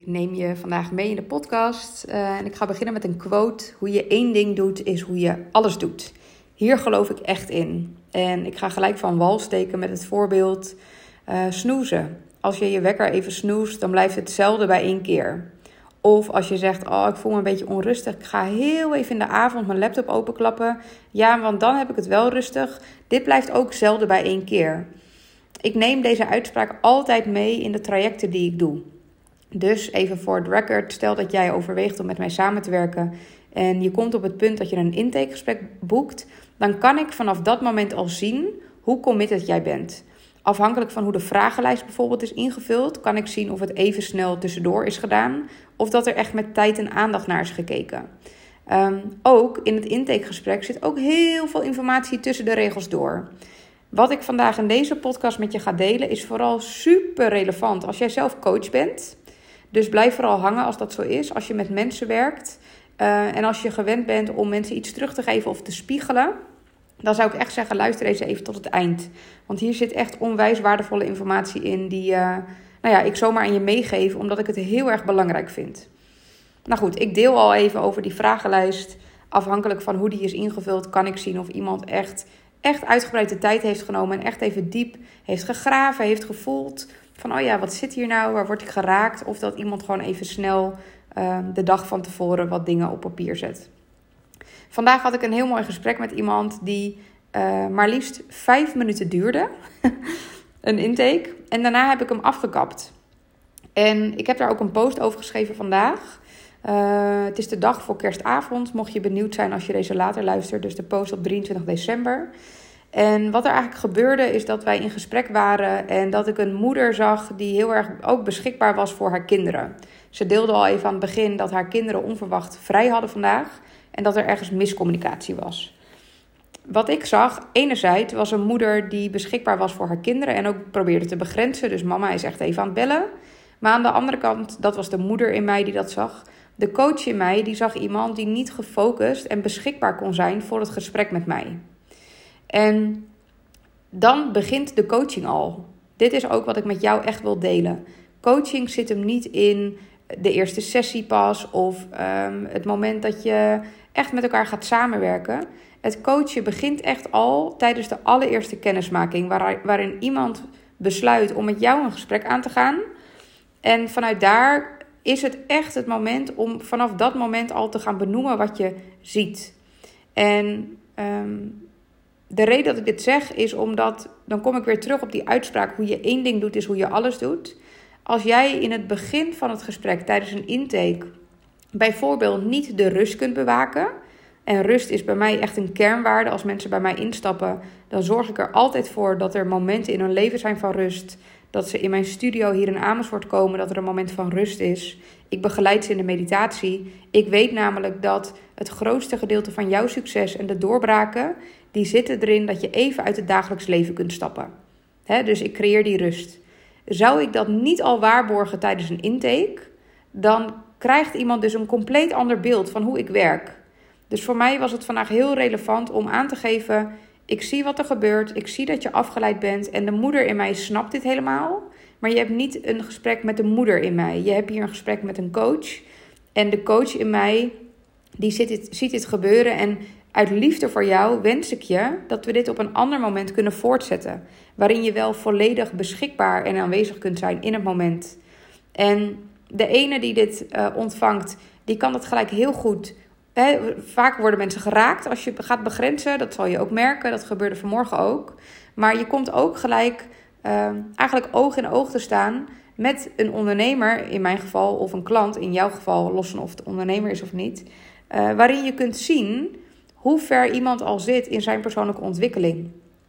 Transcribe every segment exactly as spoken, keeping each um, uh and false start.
Ik neem je vandaag mee in de podcast uh, en ik ga beginnen met een quote. Hoe je één ding doet, is hoe je alles doet. Hier geloof ik echt in. En ik ga gelijk van wal steken met het voorbeeld uh, snoezen. Als je je wekker even snoest, dan blijft het zelden bij één keer. Of als je zegt, oh, ik voel me een beetje onrustig. Ik ga heel even in de avond mijn laptop openklappen. Ja, want dan heb ik het wel rustig. Dit blijft ook zelden bij één keer. Ik neem deze uitspraak altijd mee in de trajecten die ik doe. Dus even voor het record, stel dat jij overweegt om met mij samen te werken en je komt op het punt dat je een intakegesprek boekt, dan kan ik vanaf dat moment al zien hoe committed jij bent. Afhankelijk van hoe de vragenlijst bijvoorbeeld is ingevuld, kan ik zien of het even snel tussendoor is gedaan of dat er echt met tijd en aandacht naar is gekeken. Um, ook in het intakegesprek zit ook heel veel informatie tussen de regels door. Wat ik vandaag in deze podcast met je ga delen is vooral super relevant als jij zelf coach bent. Dus blijf vooral hangen als dat zo is, als je met mensen werkt. Uh, en als je gewend bent om mensen iets terug te geven of te spiegelen, dan zou ik echt zeggen, luister deze even tot het eind. Want hier zit echt onwijs waardevolle informatie in die uh, nou ja, ik zomaar aan je meegeef, omdat ik het heel erg belangrijk vind. Nou goed, ik deel al even over die vragenlijst. Afhankelijk van hoe die is ingevuld, kan ik zien of iemand echt, echt uitgebreid de tijd heeft genomen en echt even diep heeft gegraven, heeft gevoeld. Van, oh ja, wat zit hier nou? Waar word ik geraakt? Of dat iemand gewoon even snel uh, de dag van tevoren wat dingen op papier zet. Vandaag had ik een heel mooi gesprek met iemand die uh, maar liefst vijf minuten duurde. Een intake. En daarna heb ik hem afgekapt. En ik heb daar ook een post over geschreven vandaag. Uh, het is de dag voor kerstavond. Mocht je benieuwd zijn als je deze later luistert. Dus de post op drieëntwintig december. En wat er eigenlijk gebeurde is dat wij in gesprek waren en dat ik een moeder zag die heel erg ook beschikbaar was voor haar kinderen. Ze deelde al even aan het begin dat haar kinderen onverwacht vrij hadden vandaag en dat er ergens miscommunicatie was. Wat ik zag, enerzijds was een moeder die beschikbaar was voor haar kinderen en ook probeerde te begrenzen. Dus mama is echt even aan het bellen. Maar aan de andere kant, dat was de moeder in mij die dat zag. De coach in mij die zag iemand die niet gefocust en beschikbaar kon zijn voor het gesprek met mij. En dan begint de coaching al. Dit is ook wat ik met jou echt wil delen. Coaching zit hem niet in de eerste sessie pas of um, het moment dat je echt met elkaar gaat samenwerken. Het coachen begint echt al tijdens de allereerste kennismaking, waar, waarin iemand besluit om met jou een gesprek aan te gaan. En vanuit daar is het echt het moment om vanaf dat moment al te gaan benoemen wat je ziet. En Um, De reden dat ik dit zeg is omdat, dan kom ik weer terug op die uitspraak, hoe je één ding doet is hoe je alles doet. Als jij in het begin van het gesprek tijdens een intake bijvoorbeeld niet de rust kunt bewaken, en rust is bij mij echt een kernwaarde, als mensen bij mij instappen, dan zorg ik er altijd voor dat er momenten in hun leven zijn van rust. Dat ze in mijn studio hier in Amersfoort komen, dat er een moment van rust is. Ik begeleid ze in de meditatie. Ik weet namelijk dat het grootste gedeelte van jouw succes en de doorbraken, die zitten erin dat je even uit het dagelijks leven kunt stappen. He, dus ik creëer die rust. Zou ik dat niet al waarborgen tijdens een intake, dan krijgt iemand dus een compleet ander beeld van hoe ik werk. Dus voor mij was het vandaag heel relevant om aan te geven, ik zie wat er gebeurt, ik zie dat je afgeleid bent en de moeder in mij snapt dit helemaal. Maar je hebt niet een gesprek met de moeder in mij. Je hebt hier een gesprek met een coach. En de coach in mij, die ziet dit, ziet dit gebeuren. En uit liefde voor jou wens ik je dat we dit op een ander moment kunnen voortzetten. Waarin je wel volledig beschikbaar en aanwezig kunt zijn in het moment. En de ene die dit uh, ontvangt, die kan dat gelijk heel goed. He, vaak worden mensen geraakt als je gaat begrenzen. Dat zal je ook merken. Dat gebeurde vanmorgen ook. Maar je komt ook gelijk uh, eigenlijk oog in oog te staan met een ondernemer in mijn geval. Of een klant in jouw geval, los van of het ondernemer is of niet. Uh, waarin je kunt zien hoe ver iemand al zit in zijn persoonlijke ontwikkeling.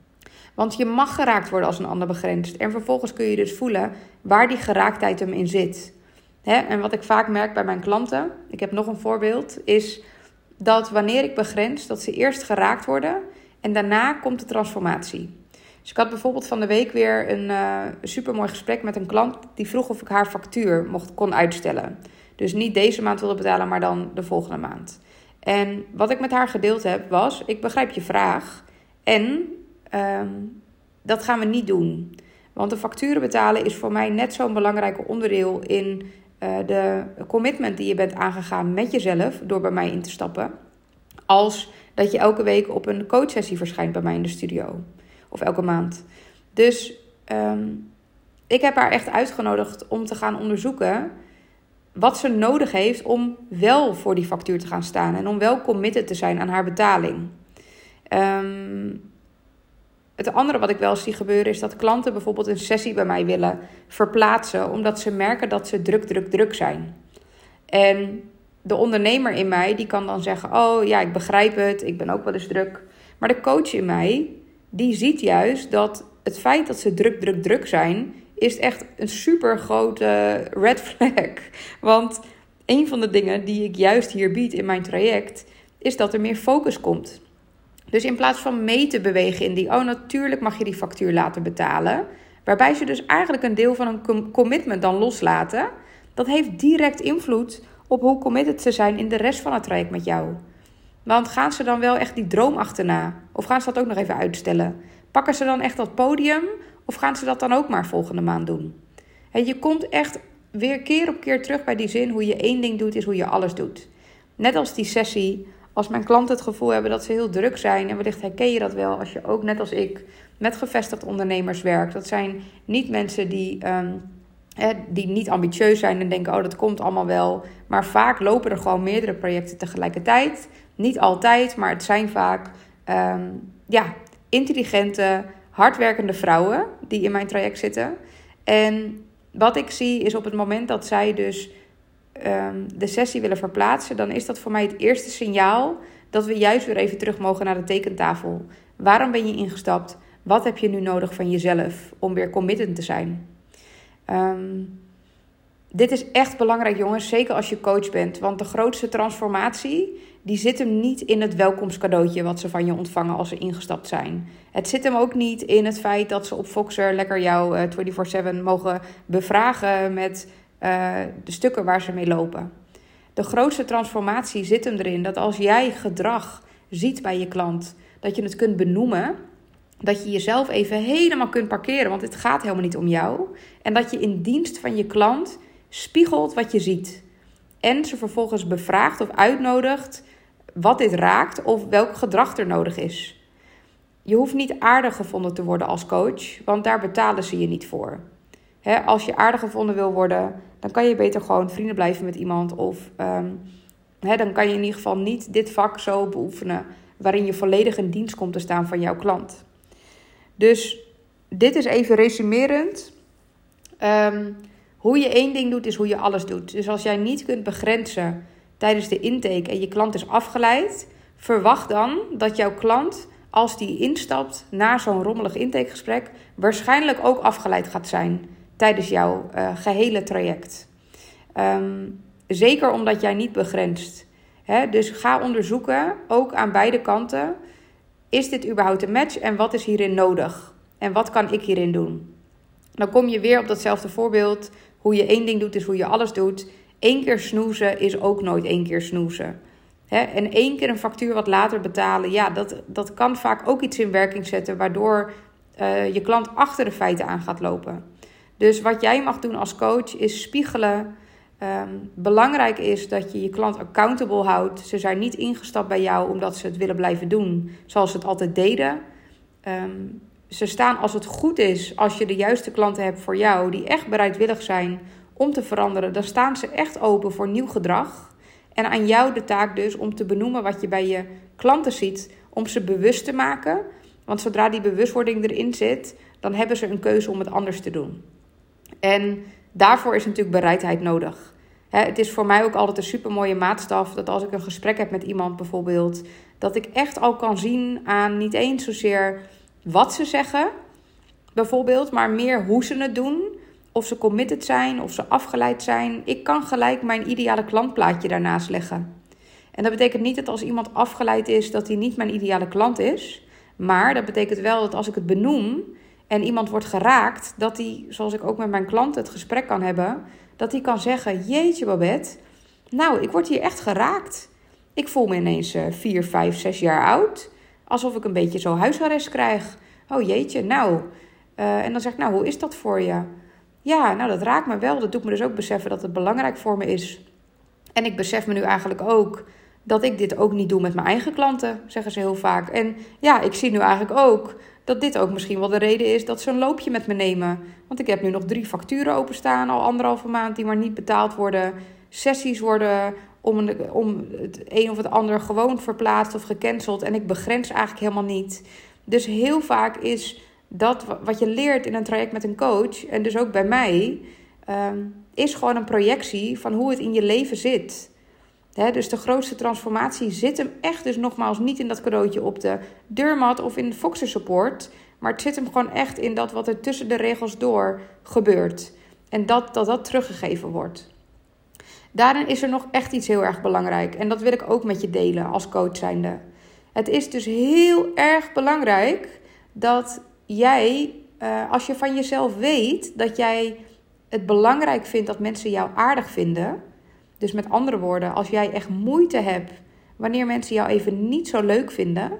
Want je mag geraakt worden als een ander begrenst. En vervolgens kun je dus voelen waar die geraaktheid hem in zit. He, en wat ik vaak merk bij mijn klanten, ik heb nog een voorbeeld, is dat wanneer ik begrens, dat ze eerst geraakt worden en daarna komt de transformatie. Dus ik had bijvoorbeeld van de week weer een uh, supermooi gesprek met een klant die vroeg of ik haar factuur mocht, kon uitstellen. Dus niet deze maand wilde betalen, maar dan de volgende maand. En wat ik met haar gedeeld heb was, ik begrijp je vraag en um, dat gaan we niet doen. Want de facturen betalen is voor mij net zo'n belangrijk onderdeel in uh, de commitment die je bent aangegaan met jezelf door bij mij in te stappen, als dat je elke week op een coachsessie verschijnt bij mij in de studio. Of elke maand. Dus um, ik heb haar echt uitgenodigd om te gaan onderzoeken wat ze nodig heeft om wel voor die factuur te gaan staan. En om wel committed te zijn aan haar betaling. Um, het andere wat ik wel zie gebeuren is dat klanten bijvoorbeeld een sessie bij mij willen verplaatsen. Omdat ze merken dat ze druk, druk, druk zijn. En de ondernemer in mij die kan dan zeggen, oh ja, ik begrijp het, ik ben ook wel eens druk. Maar de coach in mij, die ziet juist dat het feit dat ze druk, druk, druk zijn, is echt een super grote red flag. Want een van de dingen die ik juist hier bied in mijn traject, is dat er meer focus komt. Dus in plaats van mee te bewegen in die, oh natuurlijk mag je die factuur laten betalen, waarbij ze dus eigenlijk een deel van een commitment dan loslaten, dat heeft direct invloed op hoe committed ze zijn in de rest van het traject met jou. Want gaan ze dan wel echt die droom achterna? Of gaan ze dat ook nog even uitstellen? Pakken ze dan echt dat podium? Of gaan ze dat dan ook maar volgende maand doen? En je komt echt weer keer op keer terug bij die zin, hoe je één ding doet is hoe je alles doet. Net als die sessie, als mijn klanten het gevoel hebben dat ze heel druk zijn, en wellicht herken je dat wel als je ook net als ik met gevestigd ondernemers werkt. Dat zijn niet mensen die, um, eh, die niet ambitieus zijn en denken, oh dat komt allemaal wel. Maar vaak lopen er gewoon meerdere projecten tegelijkertijd. Niet altijd, maar het zijn vaak um, ja, intelligente, hardwerkende vrouwen die in mijn traject zitten. En wat ik zie is op het moment dat zij dus um, de sessie willen verplaatsen, dan is dat voor mij het eerste signaal dat we juist weer even terug mogen naar de tekentafel. Waarom ben je ingestapt? Wat heb je nu nodig van jezelf om weer committed te zijn? Um, dit is echt belangrijk, jongens, zeker als je coach bent. Want de grootste transformatie, die zit hem niet in het welkomstcadeautje wat ze van je ontvangen als ze ingestapt zijn. Het zit hem ook niet in het feit dat ze op Voxer lekker jou uh, vierentwintig zeven mogen bevragen met uh, de stukken waar ze mee lopen. De grootste transformatie zit hem erin dat als jij gedrag ziet bij je klant, dat je het kunt benoemen, dat je jezelf even helemaal kunt parkeren, want het gaat helemaal niet om jou. En dat je in dienst van je klant spiegelt wat je ziet. En ze vervolgens bevraagt of uitnodigt wat dit raakt of welk gedrag er nodig is. Je hoeft niet aardig gevonden te worden als coach, want daar betalen ze je niet voor. He, als je aardig gevonden wil worden, dan kan je beter gewoon vrienden blijven met iemand. Of um, he, dan kan je in ieder geval niet dit vak zo beoefenen, waarin je volledig in dienst komt te staan van jouw klant. Dus dit is even resumerend. Um, hoe je één ding doet, is hoe je alles doet. Dus als jij niet kunt begrenzen tijdens de intake en je klant is afgeleid, verwacht dan dat jouw klant, als die instapt na zo'n rommelig intakegesprek, waarschijnlijk ook afgeleid gaat zijn tijdens jouw uh, gehele traject. Um, zeker omdat jij niet begrenst. Hè? Dus ga onderzoeken, ook aan beide kanten, is dit überhaupt een match en wat is hierin nodig? En wat kan ik hierin doen? Dan kom je weer op datzelfde voorbeeld. Hoe je één ding doet is hoe je alles doet. Eén keer snoezen is ook nooit één keer snoezen. Hè? En één keer een factuur wat later betalen, ja, dat, dat kan vaak ook iets in werking zetten, waardoor uh, je klant achter de feiten aan gaat lopen. Dus wat jij mag doen als coach is spiegelen. Um, belangrijk is dat je je klant accountable houdt. Ze zijn niet ingestapt bij jou omdat ze het willen blijven doen zoals ze het altijd deden. Um, ze staan als het goed is, als je de juiste klanten hebt voor jou, die echt bereidwillig zijn om te veranderen, dan staan ze echt open voor nieuw gedrag. En aan jou de taak dus om te benoemen wat je bij je klanten ziet, om ze bewust te maken. Want zodra die bewustwording erin zit, dan hebben ze een keuze om het anders te doen. En daarvoor is natuurlijk bereidheid nodig. He, het is voor mij ook altijd een supermooie maatstaf dat als ik een gesprek heb met iemand bijvoorbeeld, dat ik echt al kan zien aan niet eens zozeer wat ze zeggen, bijvoorbeeld, maar meer hoe ze het doen. Of ze committed zijn, of ze afgeleid zijn. Ik kan gelijk mijn ideale klantplaatje daarnaast leggen. En dat betekent niet dat als iemand afgeleid is, dat hij niet mijn ideale klant is. Maar dat betekent wel dat als ik het benoem en iemand wordt geraakt, dat hij, zoals ik ook met mijn klanten het gesprek kan hebben, dat hij kan zeggen, jeetje Babette, nou, ik word hier echt geraakt. Ik voel me ineens uh, vier, vijf, zes jaar oud. Alsof ik een beetje zo huisarrest krijg. Oh jeetje, nou. Uh, en dan zeg ik, nou, hoe is dat voor je? ja, nou dat raakt me wel. Dat doet me dus ook beseffen dat het belangrijk voor me is. En ik besef me nu eigenlijk ook dat ik dit ook niet doe met mijn eigen klanten, zeggen ze heel vaak. En ja, ik zie nu eigenlijk ook dat dit ook misschien wel de reden is dat ze een loopje met me nemen. Want ik heb nu nog drie facturen openstaan, al anderhalve maand, die maar niet betaald worden. Sessies worden om, een, om het een of het ander gewoon verplaatst of gecanceld. En ik begrens eigenlijk helemaal niet. Dus heel vaak is dat wat je leert in een traject met een coach, en dus ook bij mij, um, is gewoon een projectie van hoe het in je leven zit. He, dus de grootste transformatie zit hem echt dus nogmaals niet in dat cadeautje op de deurmat of in Voxer support. Maar het zit hem gewoon echt in dat wat er tussen de regels door gebeurt. En dat dat, dat teruggegeven wordt. Daarin is er nog echt iets heel erg belangrijk. En dat wil ik ook met je delen als coach zijnde. Het is dus heel erg belangrijk dat jij, uh, als je van jezelf weet dat jij het belangrijk vindt dat mensen jou aardig vinden. Dus met andere woorden, als jij echt moeite hebt wanneer mensen jou even niet zo leuk vinden,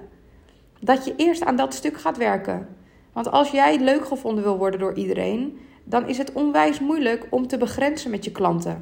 dat je eerst aan dat stuk gaat werken. Want als jij leuk gevonden wil worden door iedereen, dan is het onwijs moeilijk om te begrenzen met je klanten.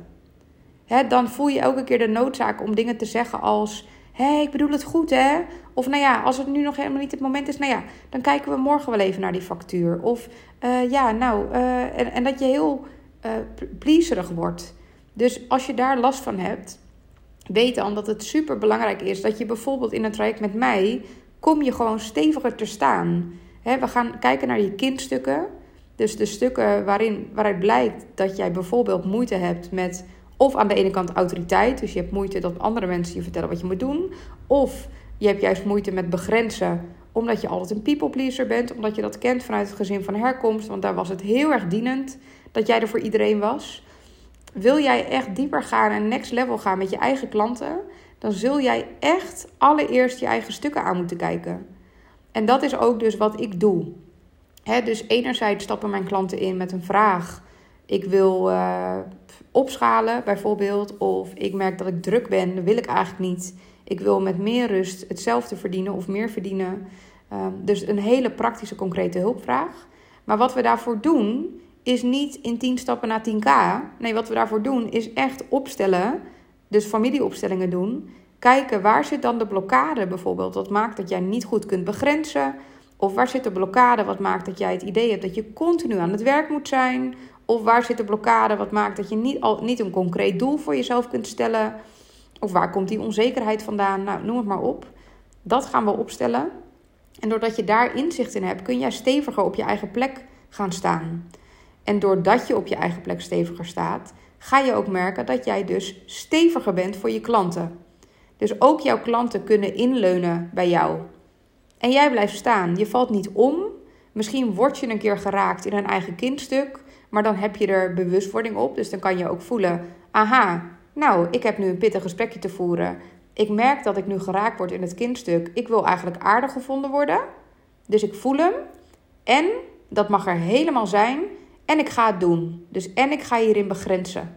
He, dan voel je elke keer de noodzaak om dingen te zeggen als, hé, hey, ik bedoel het goed, hè? Of nou ja, als het nu nog helemaal niet het moment is, nou ja, dan kijken we morgen wel even naar die factuur. Of uh, ja, nou, uh, en, en dat je heel uh, pleaserig wordt. Dus als je daar last van hebt, weet dan dat het super belangrijk is dat je bijvoorbeeld in een traject met mij, kom je gewoon steviger te staan. He, we gaan kijken naar je kindstukken. Dus de stukken waarin, waaruit blijkt dat jij bijvoorbeeld moeite hebt met, of aan de ene kant autoriteit. Dus je hebt moeite dat andere mensen je vertellen wat je moet doen. Of je hebt juist moeite met begrenzen, omdat je altijd een people pleaser bent. Omdat je dat kent vanuit het gezin van herkomst. Want daar was het heel erg dienend dat jij er voor iedereen was. Wil jij echt dieper gaan en next level gaan met je eigen klanten, dan zul jij echt allereerst je eigen stukken aan moeten kijken. En dat is ook dus wat ik doe. He, dus enerzijds stappen mijn klanten in met een vraag. Ik wil uh, opschalen bijvoorbeeld. Of ik merk dat ik druk ben, dat wil ik eigenlijk niet. Ik wil met meer rust hetzelfde verdienen of meer verdienen. Uh, dus een hele praktische, concrete hulpvraag. Maar wat we daarvoor doen, is niet in tien stappen naar tien k. Nee, wat we daarvoor doen is echt opstellen. Dus familieopstellingen doen. Kijken, waar zit dan de blokkade bijvoorbeeld? Wat maakt dat jij niet goed kunt begrenzen? Of waar zit de blokkade wat maakt dat jij het idee hebt dat je continu aan het werk moet zijn? Of waar zit de blokkade wat maakt dat je niet, al, niet een concreet doel voor jezelf kunt stellen? Of waar komt die onzekerheid vandaan? Nou, noem het maar op. Dat gaan we opstellen. En doordat je daar inzicht in hebt, kun jij steviger op je eigen plek gaan staan. En doordat je op je eigen plek steviger staat, ga je ook merken dat jij dus steviger bent voor je klanten. Dus ook jouw klanten kunnen inleunen bij jou. En jij blijft staan. Je valt niet om. Misschien word je een keer geraakt in een eigen kindstuk, maar dan heb je er bewustwording op. Dus dan kan je ook voelen, aha, nou, ik heb nu een pittig gesprekje te voeren. Ik merk dat ik nu geraakt word in het kindstuk. Ik wil eigenlijk aardig gevonden worden. Dus ik voel hem. En dat mag er helemaal zijn. En ik ga het doen. Dus en ik ga hierin begrenzen.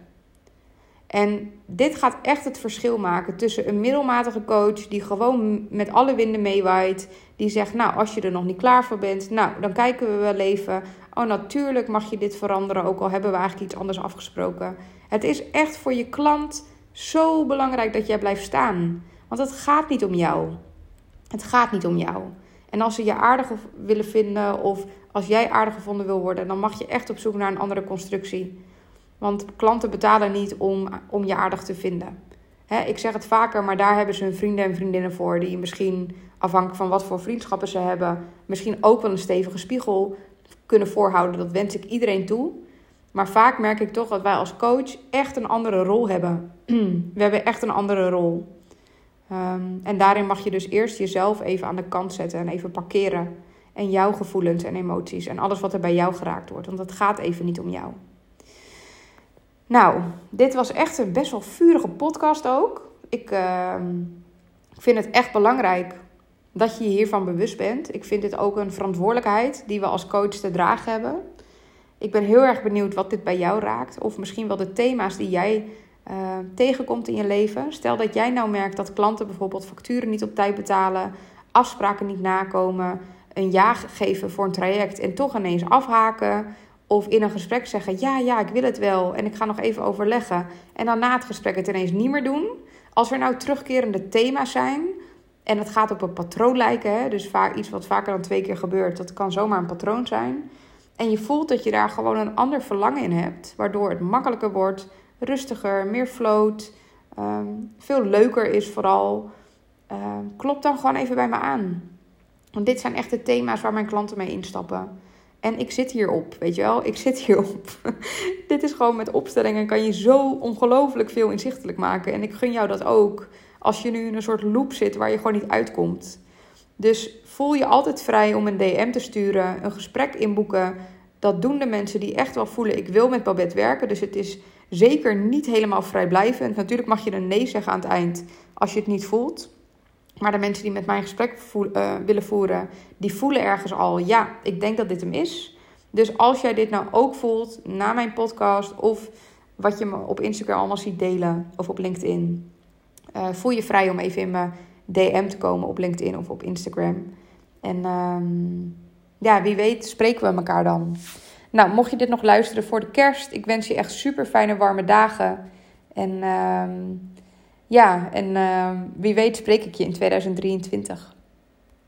En dit gaat echt het verschil maken tussen een middelmatige coach die gewoon met alle winden meewaait. Die zegt, nou, als je er nog niet klaar voor bent, nou, dan kijken we wel even. Oh, natuurlijk mag je dit veranderen, ook al hebben we eigenlijk iets anders afgesproken. Het is echt voor je klant zo belangrijk dat jij blijft staan. Want het gaat niet om jou. Het gaat niet om jou. En als ze je aardig willen vinden of als jij aardig gevonden wil worden, dan mag je echt op zoek naar een andere constructie. Want klanten betalen niet om, om je aardig te vinden. He, ik zeg het vaker, maar daar hebben ze hun vrienden en vriendinnen voor. Die misschien, afhankelijk van wat voor vriendschappen ze hebben, misschien ook wel een stevige spiegel kunnen voorhouden. Dat wens ik iedereen toe. Maar vaak merk ik toch dat wij als coach echt een andere rol hebben. We hebben echt een andere rol. Um, en daarin mag je dus eerst jezelf even aan de kant zetten en even parkeren. En jouw gevoelens en emoties en alles wat er bij jou geraakt wordt. Want het gaat even niet om jou. Nou, dit was echt een best wel vurige podcast ook. Ik uh, vind het echt belangrijk dat je je hiervan bewust bent. Ik vind dit ook een verantwoordelijkheid die we als coach te dragen hebben. Ik ben heel erg benieuwd wat dit bij jou raakt. Of misschien wel de thema's die jij uh, tegenkomt in je leven. Stel dat jij nou merkt dat klanten bijvoorbeeld facturen niet op tijd betalen, afspraken niet nakomen, een ja geven voor een traject en toch ineens afhaken. Of in een gesprek zeggen, ja, ja, ik wil het wel en ik ga nog even overleggen. En dan na het gesprek het ineens niet meer doen. Als er nou terugkerende thema's zijn en het gaat op een patroon lijken, hè, dus vaak iets wat vaker dan twee keer gebeurt, dat kan zomaar een patroon zijn. En je voelt dat je daar gewoon een ander verlangen in hebt, waardoor het makkelijker wordt, rustiger, meer float, um, veel leuker is vooral. Uh, klop dan gewoon even bij me aan. Want dit zijn echt de thema's waar mijn klanten mee instappen. En ik zit hierop, weet je wel. Ik zit hierop. Dit is gewoon met opstellingen kan je zo ongelooflijk veel inzichtelijk maken. En ik gun jou dat ook. Als je nu in een soort loop zit waar je gewoon niet uitkomt. Dus voel je altijd vrij om een D M te sturen. Een gesprek inboeken. Dat doen de mensen die echt wel voelen, ik wil met Babette werken. Dus het is zeker niet helemaal vrijblijvend. Natuurlijk mag je een nee zeggen aan het eind als je het niet voelt. Maar de mensen die met mij een gesprek voel, uh, willen voeren, die voelen ergens al, ja, ik denk dat dit hem is. Dus als jij dit nou ook voelt, na mijn podcast of wat je me op Instagram allemaal ziet delen of op LinkedIn, uh, voel je vrij om even in mijn D M te komen op LinkedIn of op Instagram. En um, ja, wie weet spreken we elkaar dan. Nou, mocht je dit nog luisteren voor de kerst, ik wens je echt super fijne warme dagen. En... Um, Ja, en uh, wie weet spreek ik je in tweeduizend drieëntwintig.